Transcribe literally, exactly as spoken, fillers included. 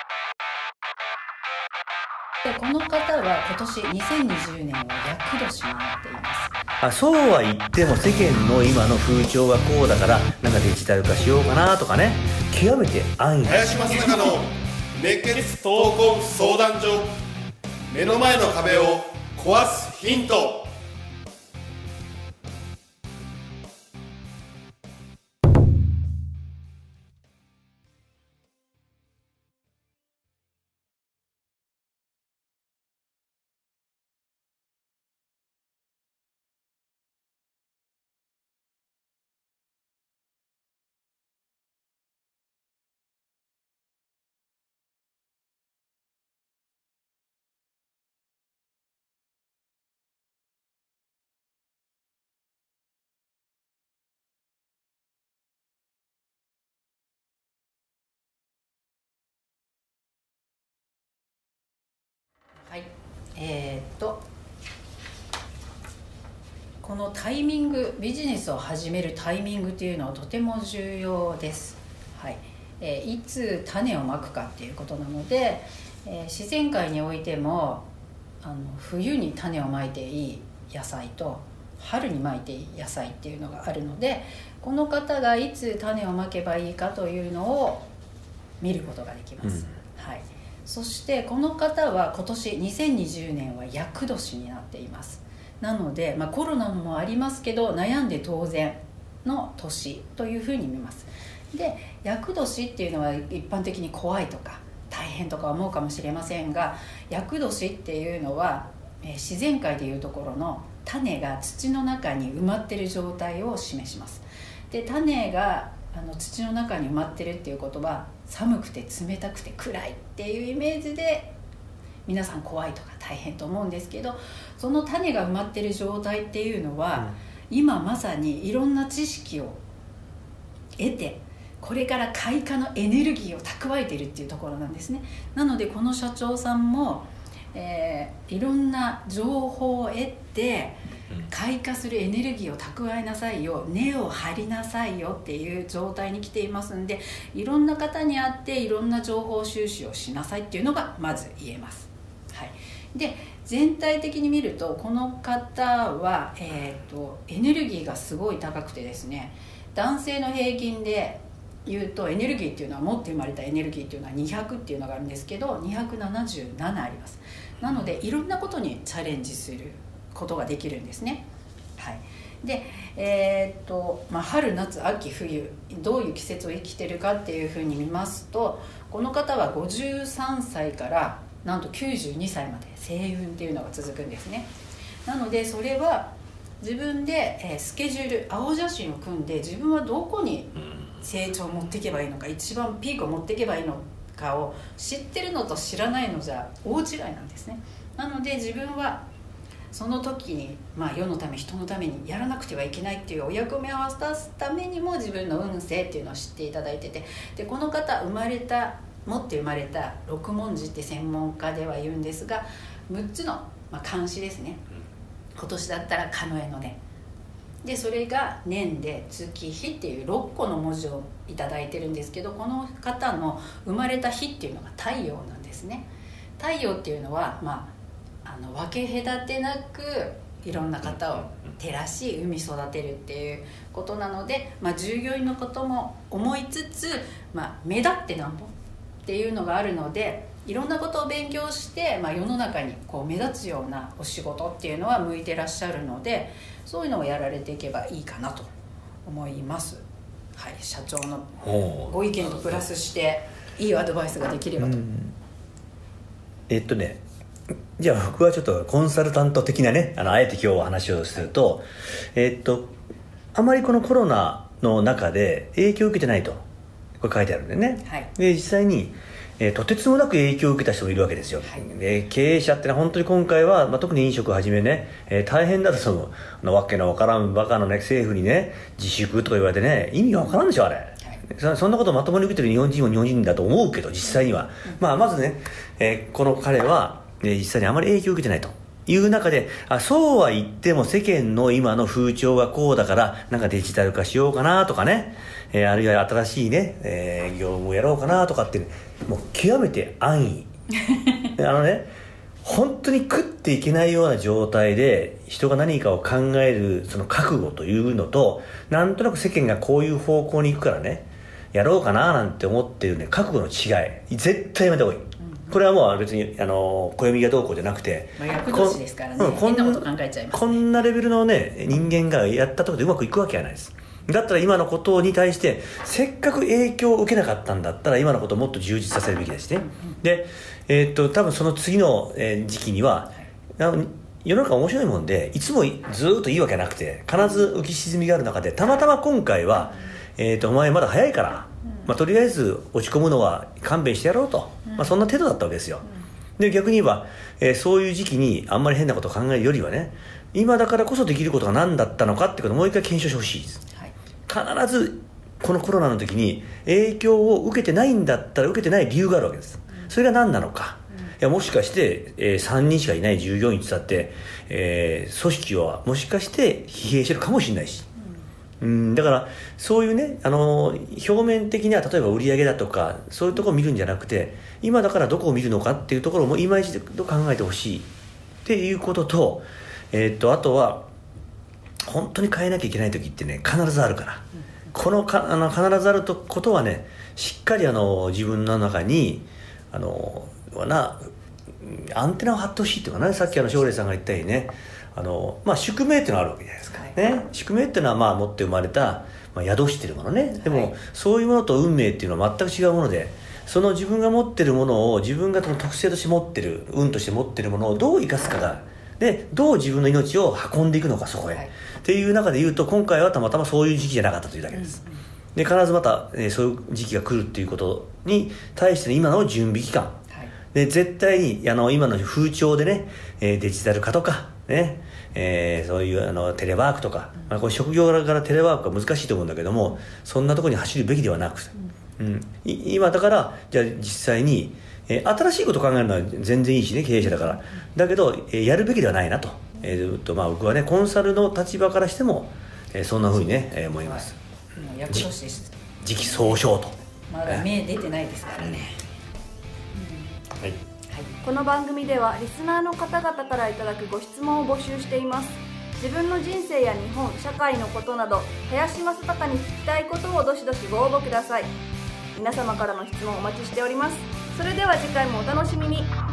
でこの方は今年にせんにじゅうねんは厄年になっています。 あそうは言っても世間の今の風潮はこうだからなんかデジタル化しようかなとかね、極めて安易。 林正孝の熱血闘魂相談所、目の前の壁を壊すヒント。 はい、えー、っとこのタイミング、ビジネスを始めるタイミングというのはとても重要です。はい、えー、いつ種をまくかっていうことなので、えー、自然界においてもあの冬に種をまいていい野菜と春にまいていい野菜っていうのがあるので、この方がいつ種をまけばいいかというのを見ることができます。うん、はい。そしてこの方は今年にせんにじゅうねんは厄年になっています。なので、まあ、コロナもありますけど悩んで当然の年というふうに見ます。で、厄年っていうのは一般的に怖いとか大変とか思うかもしれませんが、厄年っていうのは、えー、自然界でいうところの種が土の中に埋まっている状態を示します。で、種があの土の中に埋まってるっていうことは寒くて冷たくて暗いっていうイメージで皆さん怖いとか大変と思うんですけど、その種が埋まってる状態っていうのは、うん、今まさにいろんな知識を得てこれから開花のエネルギーを蓄えているっていうところなんですね。なのでこの社長さんも、えー、いろんな情報を得て開花するエネルギーを蓄えなさいよ、根を張りなさいよっていう状態に来ていますんで、いろんな方に会っていろんな情報収集をしなさいっていうのがまず言えます。はい、で全体的に見るとこの方は、えーと、エネルギーがすごい高くてですね、男性の平均で言うとエネルギーっていうのは持って生まれたエネルギーっていうのはにひゃくっていうのがあるんですけど、にひゃくななじゅうななあります。なのでいろんなことにチャレンジすることができるんですね。はい、で、えーっとまあ、春夏秋冬どういう季節を生きてるかっていうふうに見ますと、この方はごじゅうさんさいからなんときゅうじゅうにさいまで星雲っていうのが続くんですね。なのでそれは自分で、えー、スケジュール、青写真を組んで自分はどこに成長を持っていけばいいのか、一番ピークを持っていけばいいのかを知ってるのと知らないのじゃ大違いなんですね。なので自分はその時に、まあ、世のため人のためにやらなくてはいけないっていうお役目を果たすためにも自分の運勢っていうのを知っていただいてて、でこの方生まれた持って生まれた六文字って専門家では言うんですが、むっつの、まあ、漢詩ですね。今年だったら「かのえのね」で、それが年で月日っていうろっこの文字をいただいてるんですけど、この方の生まれた日っていうのが太陽なんですね。太陽っていうのは、まあ、あの分け隔てなくいろんな方を照らし生み育てるっていうことなので、まあ、従業員のことも思いつつ、まあ、目立ってなんぼっていうのがあるので、いろんなことを勉強して、まあ、世の中にこう目立つようなお仕事っていうのは向いてらっしゃるので、そういうのをやられていけばいいかなと思います。はい、社長のご意見とプラスしていいアドバイスができればと。 えっとねじゃあ僕はちょっとコンサルタント的なね、あのあえて今日お話をすると、えっとあまりこのコロナの中で影響を受けてないとこれ書いてあるんでね、はい、で実際に、えー、とてつもなく影響を受けた人もいるわけですよ、はい、で経営者ってのは本当に今回は、まあ、特に飲食をはじめね、えー、大変だとそののわけのわからんバカのね政府にね自粛とか言われてね意味がわからんでしょあれ、はい、そ, そんなことをまともに受けてる日本人も日本人だと思うけど実際には、うん、まあまずね、えー、この彼は、えー、実際にあまり影響を受けてないという中で、あそうは言っても世間の今の風潮はこうだからなんかデジタル化しようかなとかね、 えー、あるいは新しいね、えー、業務をやろうかなとかって、ね、もう極めて安易あのね本当に食っていけないような状態で人が何かを考えるその覚悟というのと、なんとなく世間がこういう方向に行くからねやろうかななんて思ってるね覚悟の違い絶対やめた方がいい、うん、これはもう別にあの暦がどうこうじゃなくて、 まあ、役年ですからね、うん、変なこと考えちゃいます、ね、 こんなレベルのね人間がやったところでうまくいくわけはないです。だったら今のことに対してせっかく影響を受けなかったんだったら今のことをもっと充実させるべきですね、うんうん、で、えー、っと多分その次の、えー、時期には、はい、世の中面白いもんでいつもずっといいわけなくて必ず浮き沈みがある中でたまたま今回は、えー、っとお前まだ早いから、うんまあ、とりあえず落ち込むのは勘弁してやろうと、うんまあ、そんな程度だったわけですよ、うん、で逆に言えば、えー、そういう時期にあんまり変なことを考えるよりはね今だからこそできることが何だったのかってことをもう一回検証してほしいです、はい、必ずこのコロナの時に影響を受けてないんだったら受けてない理由があるわけです、うん、それが何なのか、うん、いやもしかして、えー、さんにんしかいない従業員って言ったって、えー、組織はもしかして疲弊してるかもしれないし、うん、だからそういうねあの表面的には例えば売上だとかそういうところを見るんじゃなくて今だからどこを見るのかっていうところも今一度考えてほしいっていうことと、えー、っとあとは本当に変えなきゃいけない時ってね必ずあるから、うん、このかあの必ずあるとことはねしっかりあの自分の中にあのなアンテナを張ってほしいっていうかねさっきあの奨励さんが言ったようにねあの、まあ、宿命っていうのがあるわけじゃないですか、はいね、宿命っていうのはまあ持って生まれた、まあ、宿してるものねでも、はい、そういうものと運命っていうのは全く違うものでその自分が持ってるものを自分がその特性として持ってる運として持ってるものをどう生かすかがでどう自分の命を運んでいくのかそこへ、はい、っていう中で言うと今回はたまたまそういう時期じゃなかったというだけです、うんうん、で必ずまた、えー、そういう時期が来るっていうことに対しての今の準備期間、はい、で絶対にあの今の風潮でね、えー、デジタル化とかねえー、そういうあのテレワークとか、まあ、これ職業柄からテレワークは難しいと思うんだけどもそんなところに走るべきではなく、うん、今だからじゃあ実際に、えー、新しいことを考えるのは全然いいしね経営者だからだけど、えー、やるべきではないなと、えー、とまあ僕はねコンサルの立場からしても、えー、そんなふうにね、えー、思います。 もう役年です時期尚早とまだ芽出てないですからね、 うん、はいこの番組ではリスナーの方々からいただくご質問を募集しています。自分の人生や日本、社会のことなど林正孝に聞きたいことをどしどしご応募ください。皆様からの質問お待ちしております。それでは次回もお楽しみに。